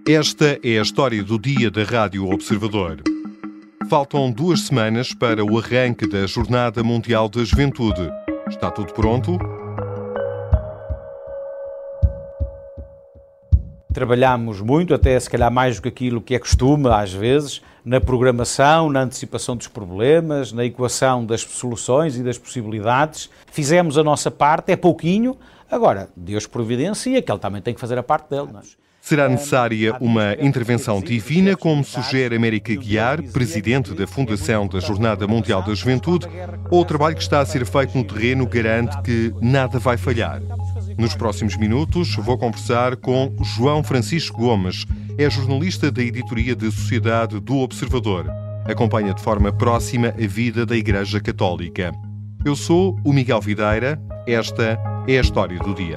Esta é a história do dia da Rádio Observador. Faltam 2 semanas para o arranque da Jornada Mundial da Juventude. Está tudo pronto? Trabalhamos muito, até se calhar mais do que aquilo que é costume, às vezes, na programação, na antecipação dos problemas, na equação das soluções e das possibilidades. Fizemos a nossa parte, é pouquinho, agora Deus providencia, que Ele também tem que fazer a parte dele. Não é? Será necessária uma intervenção divina, como sugere América Guiar, presidente da Fundação da Jornada Mundial da Juventude, ou o trabalho que está a ser feito no terreno garante que nada vai falhar? Nos próximos minutos vou conversar com João Francisco Gomes. É jornalista da editoria de Sociedade do Observador. Acompanha de forma próxima a vida da Igreja Católica. Eu sou o Miguel Videira. Esta é a história do dia.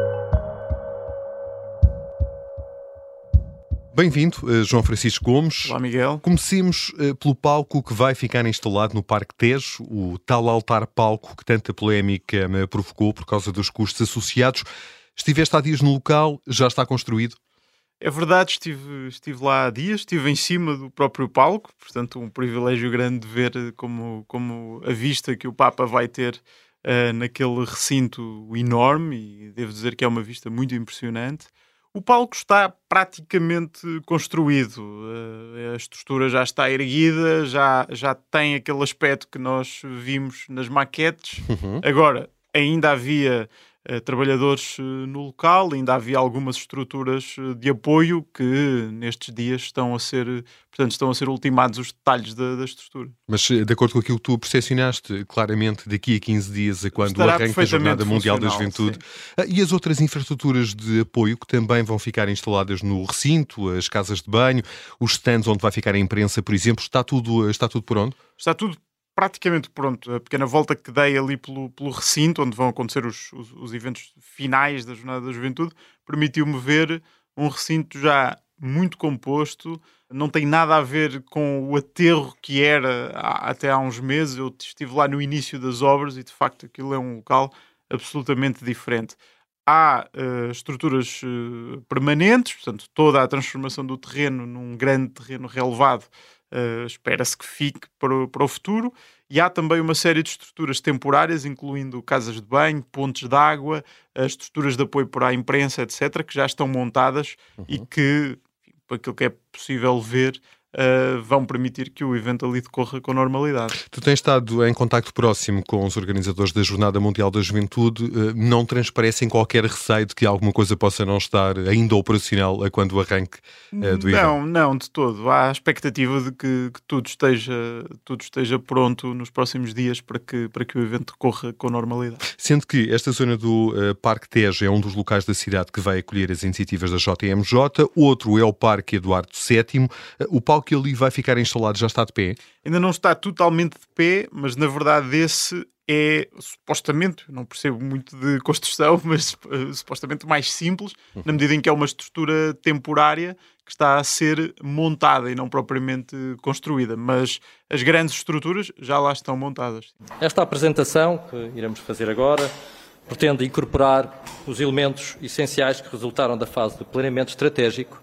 Bem-vindo, João Francisco Gomes. Olá, Miguel. Comecemos pelo palco que vai ficar instalado no Parque Tejo, o tal altar-palco que tanta polémica me provocou por causa dos custos associados. Estiveste há dias no local, já está construído? É verdade, estive lá há dias, estive em cima do próprio palco, portanto um privilégio grande de ver como a vista que o Papa vai ter naquele recinto enorme, e devo dizer que é uma vista muito impressionante. O palco está praticamente construído, a estrutura já está erguida, já tem aquele aspecto que nós vimos nas maquetes. Agora, ainda havia trabalhadores no local, ainda havia algumas estruturas de apoio que nestes dias estão a ser ultimados os detalhes da estrutura. Mas de acordo com aquilo que tu percepcionaste, claramente daqui a 15 dias é quando estará arranca a Jornada Mundial da Juventude. Sim. E as outras infraestruturas de apoio que também vão ficar instaladas no recinto, as casas de banho, os stands onde vai ficar a imprensa, por exemplo, está tudo pronto? Está tudo praticamente pronto. A pequena volta que dei ali pelo recinto, onde vão acontecer os eventos finais da Jornada da Juventude, permitiu-me ver um recinto já muito composto. Não tem nada a ver com o aterro que era até há uns meses. Eu estive lá no início das obras e, de facto, aquilo é um local absolutamente diferente. Há estruturas permanentes, portanto, toda a transformação do terreno num grande terreno relevado espera-se que fique para o futuro, e há também uma série de estruturas temporárias, incluindo casas de banho, pontes de água, estruturas de apoio para a imprensa, etc., que já estão montadas e que, por aquilo que é possível ver, vão permitir que o evento ali decorra com normalidade. Tu tens estado em contacto próximo com os organizadores da Jornada Mundial da Juventude. Não transparecem qualquer receio de que alguma coisa possa não estar ainda operacional a quando o arranque do evento? Não, de todo. Há a expectativa de que tudo esteja pronto nos próximos dias para que o evento decorra com normalidade. Sendo que esta zona do Parque Tejo é um dos locais da cidade que vai acolher as iniciativas da JMJ, outro é o Parque Eduardo VII. O palco que ali vai ficar instalado já está de pé? Ainda não está totalmente de pé, mas na verdade esse é supostamente, não percebo muito de construção, mas supostamente mais simples, na medida em que é uma estrutura temporária que está a ser montada e não propriamente construída, mas as grandes estruturas já lá estão montadas. Esta apresentação que iremos fazer agora pretende incorporar os elementos essenciais que resultaram da fase de planeamento estratégico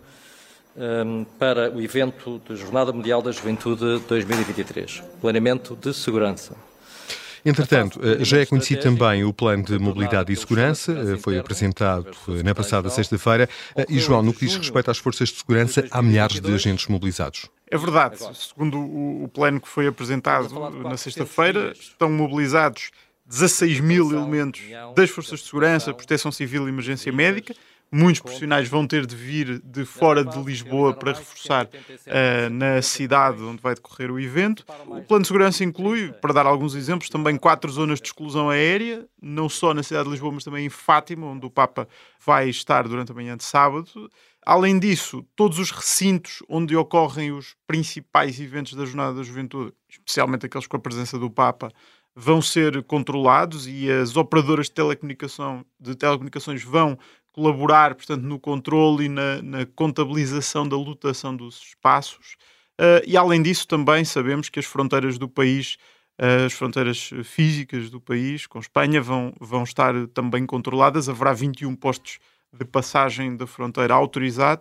para o evento da Jornada Mundial da Juventude 2023. Planeamento de segurança. Entretanto, já é conhecido também o Plano de Mobilidade e Segurança, foi apresentado na passada sexta-feira. E, João, no que diz respeito às forças de segurança, há milhares de agentes mobilizados. É verdade. Segundo o plano que foi apresentado na sexta-feira, estão mobilizados 16 mil elementos das forças de segurança, Proteção Civil e Emergência Médica. Muitos profissionais vão ter de vir de fora de Lisboa para reforçar na cidade onde vai decorrer o evento. O plano de segurança inclui, para dar alguns exemplos, também 4 zonas de exclusão aérea, não só na cidade de Lisboa, mas também em Fátima, onde o Papa vai estar durante a manhã de sábado. Além disso, todos os recintos onde ocorrem os principais eventos da Jornada da Juventude, especialmente aqueles com a presença do Papa, vão ser controlados, e as operadoras de telecomunicações vão colaborar, portanto, no controle e na contabilização da lotação dos espaços. E, além disso, também sabemos que as fronteiras do país, as fronteiras físicas do país, com Espanha, vão estar também controladas. Haverá 21 postos de passagem da fronteira autorizados,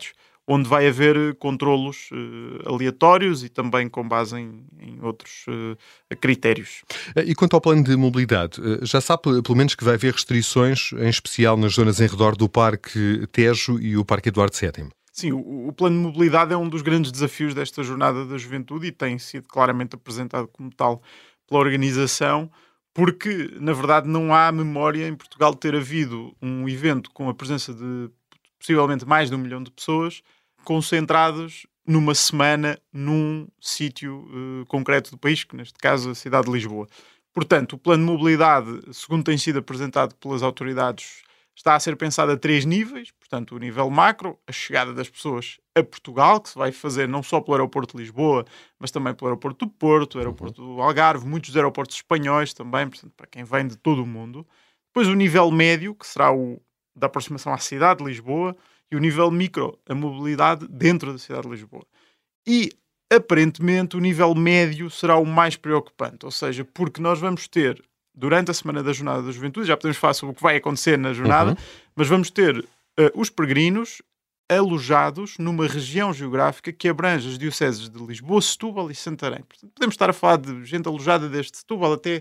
onde vai haver controlos aleatórios e também com base em outros critérios. E quanto ao plano de mobilidade, já sabe pelo menos que vai haver restrições, em especial nas zonas em redor do Parque Tejo e o Parque Eduardo VII? Sim, o plano de mobilidade é um dos grandes desafios desta Jornada da Juventude e tem sido claramente apresentado como tal pela organização, porque, na verdade, não há memória em Portugal de ter havido um evento com a presença de possivelmente mais de 1 milhão de pessoas concentrados numa semana num sítio concreto do país, que neste caso é a cidade de Lisboa. Portanto, o plano de mobilidade, segundo tem sido apresentado pelas autoridades, está a ser pensado a 3 níveis. Portanto, o nível macro, a chegada das pessoas a Portugal, que se vai fazer não só pelo aeroporto de Lisboa, mas também pelo aeroporto do Porto, aeroporto do Algarve, muitos aeroportos espanhóis também, portanto, para quem vem de todo o mundo. Depois o nível médio, que será o da aproximação à cidade de Lisboa, e o nível micro, a mobilidade dentro da cidade de Lisboa. E, aparentemente, o nível médio será o mais preocupante, ou seja, porque nós vamos ter, durante a Semana da Jornada da Juventude, já podemos falar sobre o que vai acontecer na jornada, mas vamos ter os peregrinos alojados numa região geográfica que abrange as dioceses de Lisboa, Setúbal e Santarém. Portanto, podemos estar a falar de gente alojada desde Setúbal até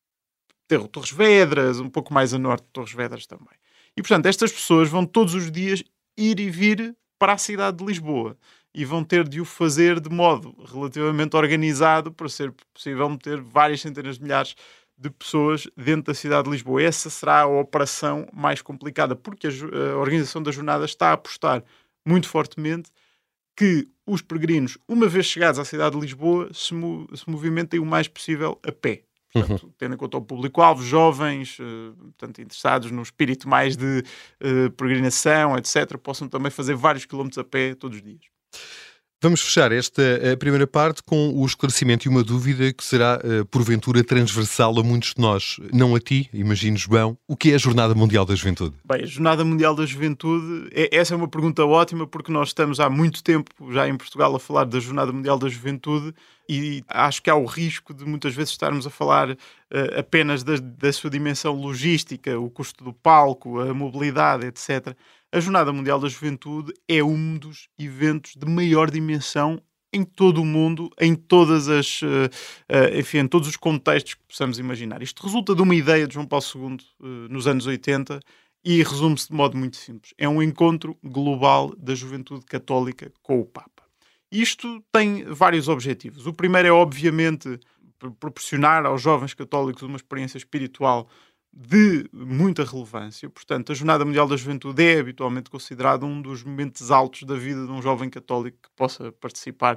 Torres Vedras, um pouco mais a norte de Torres Vedras também. E, portanto, estas pessoas vão todos os dias ir e vir para a cidade de Lisboa e vão ter de o fazer de modo relativamente organizado para ser possível meter várias centenas de milhares de pessoas dentro da cidade de Lisboa. Essa será a operação mais complicada, porque a organização da jornada está a apostar muito fortemente que os peregrinos, uma vez chegados à cidade de Lisboa, se movimentem o mais possível a pé. Portanto, tendo em conta o público-alvo, jovens, portanto, interessados no espírito mais de peregrinação, etc., possam também fazer vários quilómetros a pé todos os dias. Vamos fechar esta primeira parte com o esclarecimento e uma dúvida que será, porventura, transversal a muitos de nós. Não a ti, imagino, João. O que é a Jornada Mundial da Juventude? Bem, a Jornada Mundial da Juventude, essa é uma pergunta ótima, porque nós estamos há muito tempo já em Portugal a falar da Jornada Mundial da Juventude e acho que há o risco de muitas vezes estarmos a falar apenas da sua dimensão logística, o custo do palco, a mobilidade, etc. A Jornada Mundial da Juventude é um dos eventos de maior dimensão em todo o mundo, em todas as, enfim, em todos os contextos que possamos imaginar. Isto resulta de uma ideia de João Paulo II nos anos 80 e resume-se de modo muito simples. É um encontro global da juventude católica com o Papa. Isto tem vários objetivos. O primeiro é, obviamente, proporcionar aos jovens católicos uma experiência espiritual de muita relevância. Portanto, a Jornada Mundial da Juventude é habitualmente considerada um dos momentos altos da vida de um jovem católico que possa participar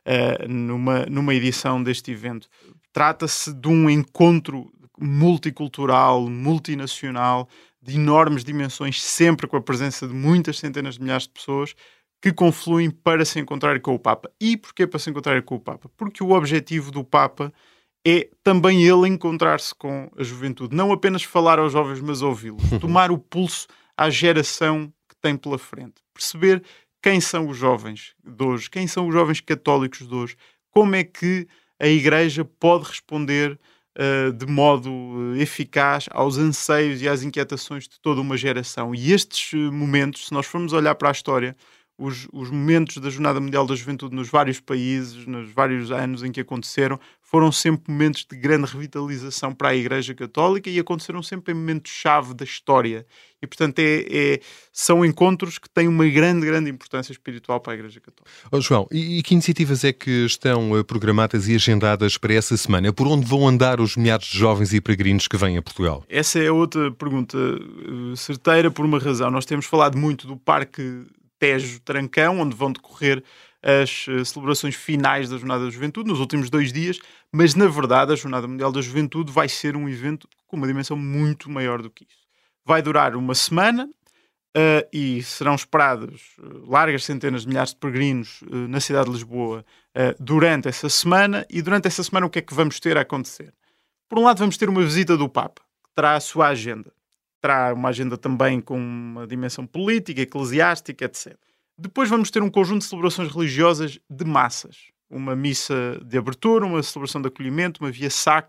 numa edição deste evento. Trata-se de um encontro multicultural, multinacional, de enormes dimensões, sempre com a presença de muitas centenas de milhares de pessoas que confluem para se encontrar com o Papa. E porquê para se encontrar com o Papa? Porque o objetivo do Papa é também ele encontrar-se com a juventude. Não apenas falar aos jovens, mas ouvi-los. Tomar o pulso à geração que tem pela frente. Perceber quem são os jovens de hoje, quem são os jovens católicos de hoje, como é que a Igreja pode responder de modo eficaz aos anseios e às inquietações de toda uma geração. E estes momentos, se nós formos olhar para a história, os momentos da Jornada Mundial da Juventude nos vários países, nos vários anos em que aconteceram, foram sempre momentos de grande revitalização para a Igreja Católica e aconteceram sempre em momentos-chave da história. E, portanto, são encontros que têm uma grande importância espiritual para a Igreja Católica. Oh, João, e que iniciativas é que estão programadas e agendadas para essa semana? Por onde vão andar os milhares de jovens e peregrinos que vêm a Portugal? Essa é outra pergunta certeira por uma razão. Nós temos falado muito do Parque Tejo Trancão, onde vão decorrer as celebrações finais da Jornada da Juventude, nos últimos 2 dias, mas na verdade a Jornada Mundial da Juventude vai ser um evento com uma dimensão muito maior do que isso. Vai durar uma semana e serão esperados largas centenas de milhares de peregrinos na cidade de Lisboa durante essa semana. E durante essa semana o que é que vamos ter a acontecer? Por um lado vamos ter uma visita do Papa, que terá a sua agenda. Terá uma agenda também com uma dimensão política, eclesiástica, etc. Depois vamos ter um conjunto de celebrações religiosas de massas. Uma missa de abertura, uma celebração de acolhimento, uma via sacra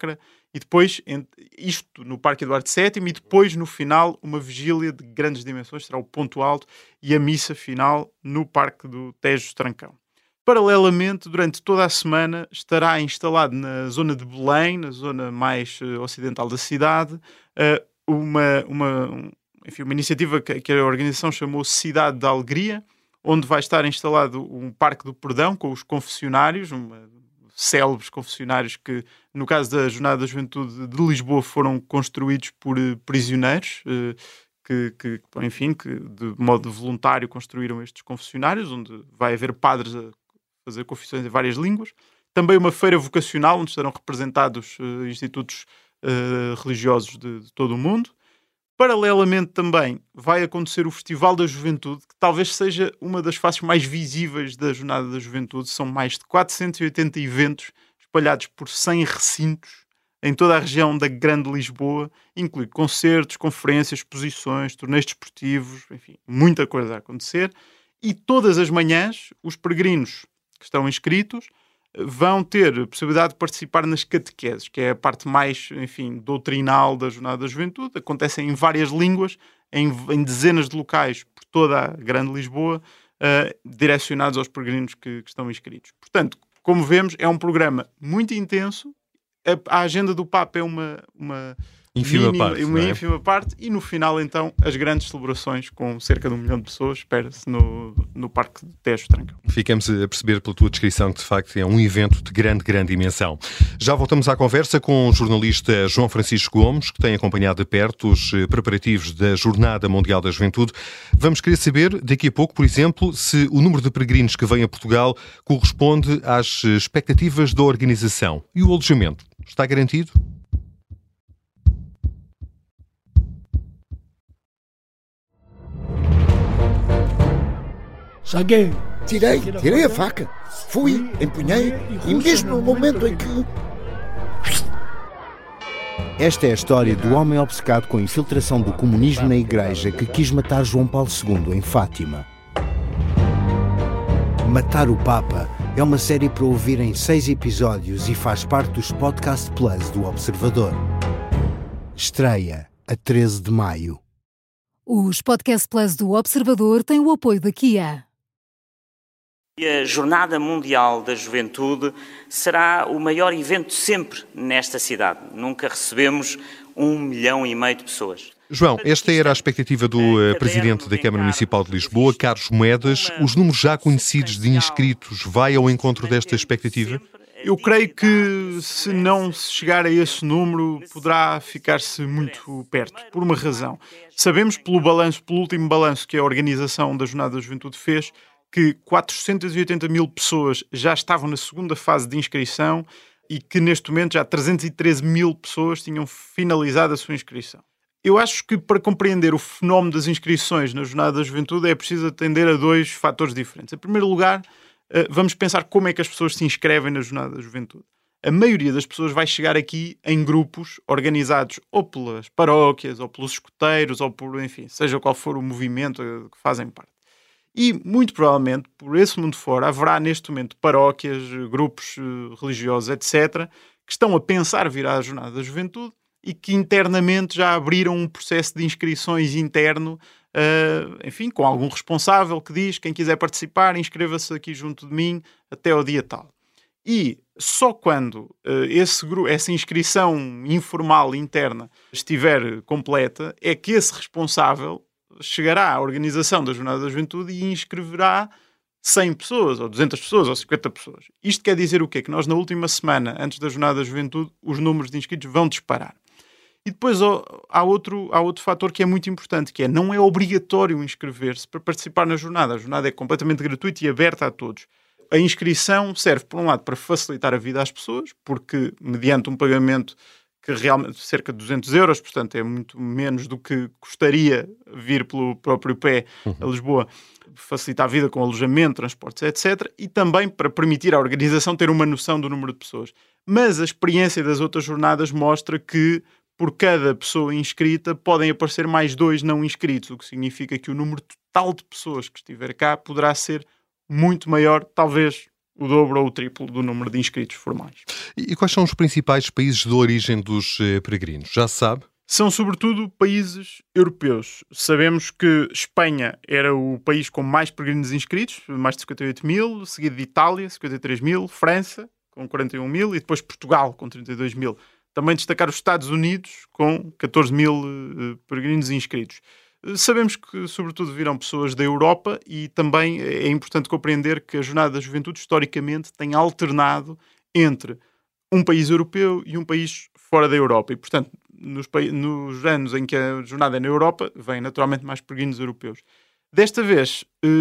e depois, isto no Parque Eduardo VII, e depois, no final, uma vigília de grandes dimensões, será o ponto alto, e a missa final no Parque do Tejo Trancão. Paralelamente, durante toda a semana, estará instalado na zona de Belém, na zona mais ocidental da cidade, uma iniciativa que a organização chamou Cidade da Alegria, onde vai estar instalado um Parque do Perdão com os confessionários, célebres confessionários que, no caso da Jornada da Juventude de Lisboa, foram construídos por prisioneiros que de modo voluntário construíram estes confessionários, onde vai haver padres a fazer confissões em várias línguas. Também uma feira vocacional, onde estarão representados institutos religiosos de todo o mundo. Paralelamente também vai acontecer o Festival da Juventude, que talvez seja uma das faces mais visíveis da Jornada da Juventude. São mais de 480 eventos espalhados por 100 recintos em toda a região da Grande Lisboa, inclui concertos, conferências, exposições, torneios desportivos, enfim, muita coisa a acontecer. E todas as manhãs, os peregrinos que estão inscritos vão ter a possibilidade de participar nas catequeses, que é a parte mais, doutrinal da Jornada da Juventude. Acontecem em várias línguas, em dezenas de locais por toda a Grande Lisboa, direcionados aos peregrinos que estão inscritos. Portanto, como vemos, é um programa muito intenso. A agenda do Papa é uma ínfima parte, e no final, então, as grandes celebrações com cerca de 1 milhão de pessoas, espera-se, no Parque de Tejo Trancão. Ficamos a perceber pela tua descrição que, de facto, é um evento de grande dimensão. Já voltamos à conversa com o jornalista João Francisco Gomes, que tem acompanhado de perto os preparativos da Jornada Mundial da Juventude. Vamos querer saber, daqui a pouco, por exemplo, se o número de peregrinos que vêm a Portugal corresponde às expectativas da organização. E o alojamento está garantido? Saguei. Tirei a faca. Fui, empunhei e mesmo no momento em que... Esta é a história do homem obcecado com a infiltração do comunismo na Igreja que quis matar João Paulo II em Fátima. Matar o Papa é uma série para ouvir em 6 episódios e faz parte dos Podcast Plus do Observador. Estreia a 13 de maio. Os Podcast Plus do Observador têm o apoio da Kia. A Jornada Mundial da Juventude será o maior evento sempre nesta cidade. Nunca recebemos 1,5 milhão de pessoas. João, esta era a expectativa do Presidente da Câmara Municipal de Lisboa, Carlos Moedas. Os números já conhecidos de inscritos vai ao encontro desta expectativa? Eu creio que, se não se chegar a esse número, poderá ficar-se muito perto, por uma razão. Sabemos, pelo último balanço que a Organização da Jornada da Juventude fez, que 480 mil pessoas já estavam na segunda fase de inscrição e que, neste momento, já 313 mil pessoas tinham finalizado a sua inscrição. Eu acho que, para compreender o fenómeno das inscrições na Jornada da Juventude, é preciso atender a 2 fatores diferentes. Em primeiro lugar, vamos pensar como é que as pessoas se inscrevem na Jornada da Juventude. A maioria das pessoas vai chegar aqui em grupos organizados ou pelas paróquias, ou pelos escoteiros, ou por, seja qual for o movimento que fazem parte. E, muito provavelmente, por esse mundo fora, haverá neste momento paróquias, grupos religiosos, etc., que estão a pensar vir à Jornada da Juventude e que internamente já abriram um processo de inscrições interno, com algum responsável que diz: quem quiser participar, inscreva-se aqui junto de mim até ao dia tal. E só quando essa inscrição informal interna estiver completa é que esse responsável chegará à organização da Jornada da Juventude e inscreverá 100 pessoas, ou 200 pessoas, ou 50 pessoas. Isto quer dizer o quê? Que nós, na última semana, antes da Jornada da Juventude, os números de inscritos vão disparar. E depois há outro fator que é muito importante, que é: não é obrigatório inscrever-se para participar na jornada. A jornada é completamente gratuita e aberta a todos. A inscrição serve, por um lado, para facilitar a vida às pessoas, porque, mediante um pagamento que realmente cerca de 200 euros, portanto é muito menos do que custaria vir pelo próprio pé a Lisboa, facilita a vida com alojamento, transportes, etc. E também para permitir à organização ter uma noção do número de pessoas. Mas a experiência das outras jornadas mostra que, por cada pessoa inscrita, podem aparecer mais 2 não inscritos, o que significa que o número total de pessoas que estiver cá poderá ser muito maior, talvez o dobro ou o triplo do número de inscritos formais. E quais são os principais países de origem dos peregrinos? Já se sabe? São sobretudo países europeus. Sabemos que Espanha era o país com mais peregrinos inscritos, mais de 58 mil, seguido de Itália, 53 mil, França, com 41 mil, e depois Portugal, com 32 mil. Também destacar os Estados Unidos, com 14 mil peregrinos inscritos. Sabemos que, sobretudo, virão pessoas da Europa e também é importante compreender que a Jornada da Juventude, historicamente, tem alternado entre um país europeu e um país fora da Europa. E, portanto, nos anos em que a jornada é na Europa, vêm naturalmente mais peregrinos europeus. Desta vez,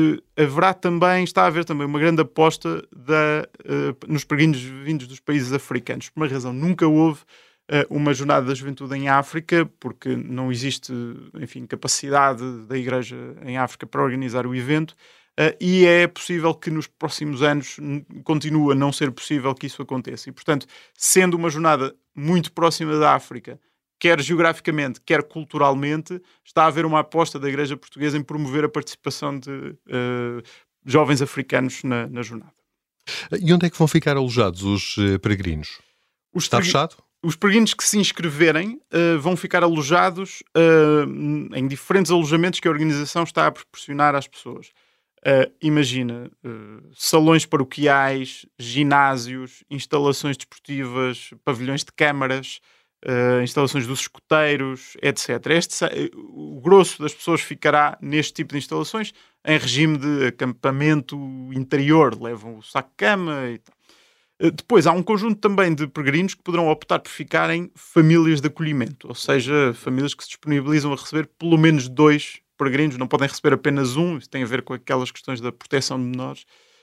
está a haver também uma grande aposta nos peregrinos vindos dos países africanos. Por uma razão, nunca houve uma jornada da juventude em África, porque não existe, enfim, capacidade da Igreja em África para organizar o evento, e é possível que nos próximos anos continue a não ser possível que isso aconteça. E, portanto, sendo uma jornada muito próxima da África, quer geograficamente, quer culturalmente, está a haver uma aposta da Igreja Portuguesa em promover a participação de jovens africanos na jornada. E onde é que vão ficar alojados os peregrinos? Está fechado? Os peregrinos que se inscreverem vão ficar alojados em diferentes alojamentos que a organização está a proporcionar às pessoas. Imagina, salões paroquiais, ginásios, instalações desportivas, pavilhões de câmaras, instalações dos escoteiros, etc. O grosso das pessoas ficará neste tipo de instalações em regime de acampamento interior, levam o saco-cama e tal. Depois há um conjunto também de peregrinos que poderão optar por ficar em famílias de acolhimento, ou seja, famílias que se disponibilizam a receber pelo menos 2 peregrinos, não podem receber apenas um, isso tem a ver com aquelas questões da proteção de menores,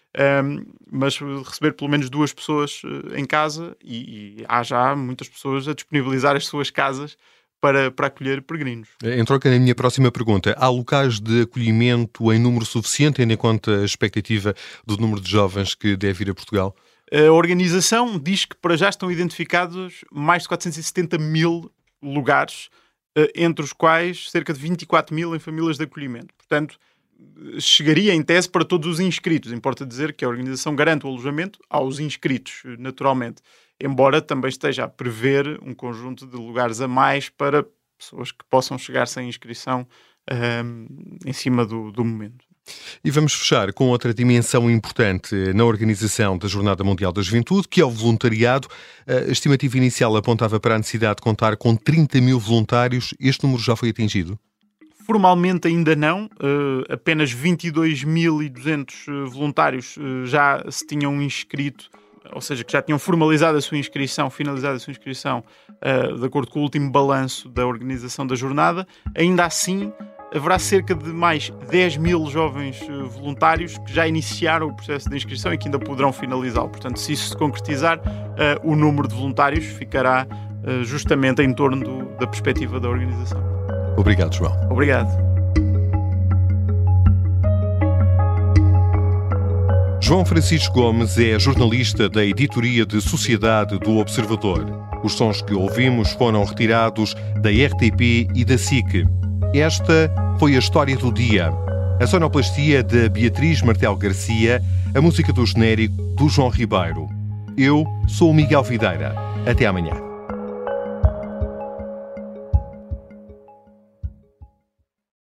mas receber pelo menos 2 pessoas em casa, e há já muitas pessoas a disponibilizar as suas casas para acolher peregrinos. Em troca, na minha próxima pergunta, há locais de acolhimento em número suficiente, tendo em conta a expectativa do número de jovens que deve ir a Portugal? A organização diz que para já estão identificados mais de 470 mil lugares, entre os quais cerca de 24 mil em famílias de acolhimento. Portanto, chegaria em tese para todos os inscritos. Importa dizer que a organização garante o alojamento aos inscritos, naturalmente, embora também esteja a prever um conjunto de lugares a mais para pessoas que possam chegar sem inscrição em cima do momento. E vamos fechar com outra dimensão importante na organização da Jornada Mundial da Juventude, que é o voluntariado. A estimativa inicial apontava para a necessidade de contar com 30 mil voluntários. Este número já foi atingido? Formalmente ainda não. Apenas 22.200 voluntários já se tinham inscrito, ou seja, que já tinham formalizado a sua inscrição, finalizado a sua inscrição, de acordo com o último balanço da organização da jornada. Ainda assim, haverá cerca de mais 10 mil jovens voluntários que já iniciaram o processo de inscrição e que ainda poderão finalizá-lo. Portanto, se isso se concretizar, o número de voluntários ficará justamente em torno da perspectiva da organização. Obrigado, João. Obrigado. João Francisco Gomes é jornalista da editoria de Sociedade do Observador. Os sons que ouvimos foram retirados da RTP e da SIC. Esta foi a história do dia. A sonoplastia de Beatriz Martel Garcia, a música do genérico do João Ribeiro. Eu sou o Miguel Videira. Até amanhã.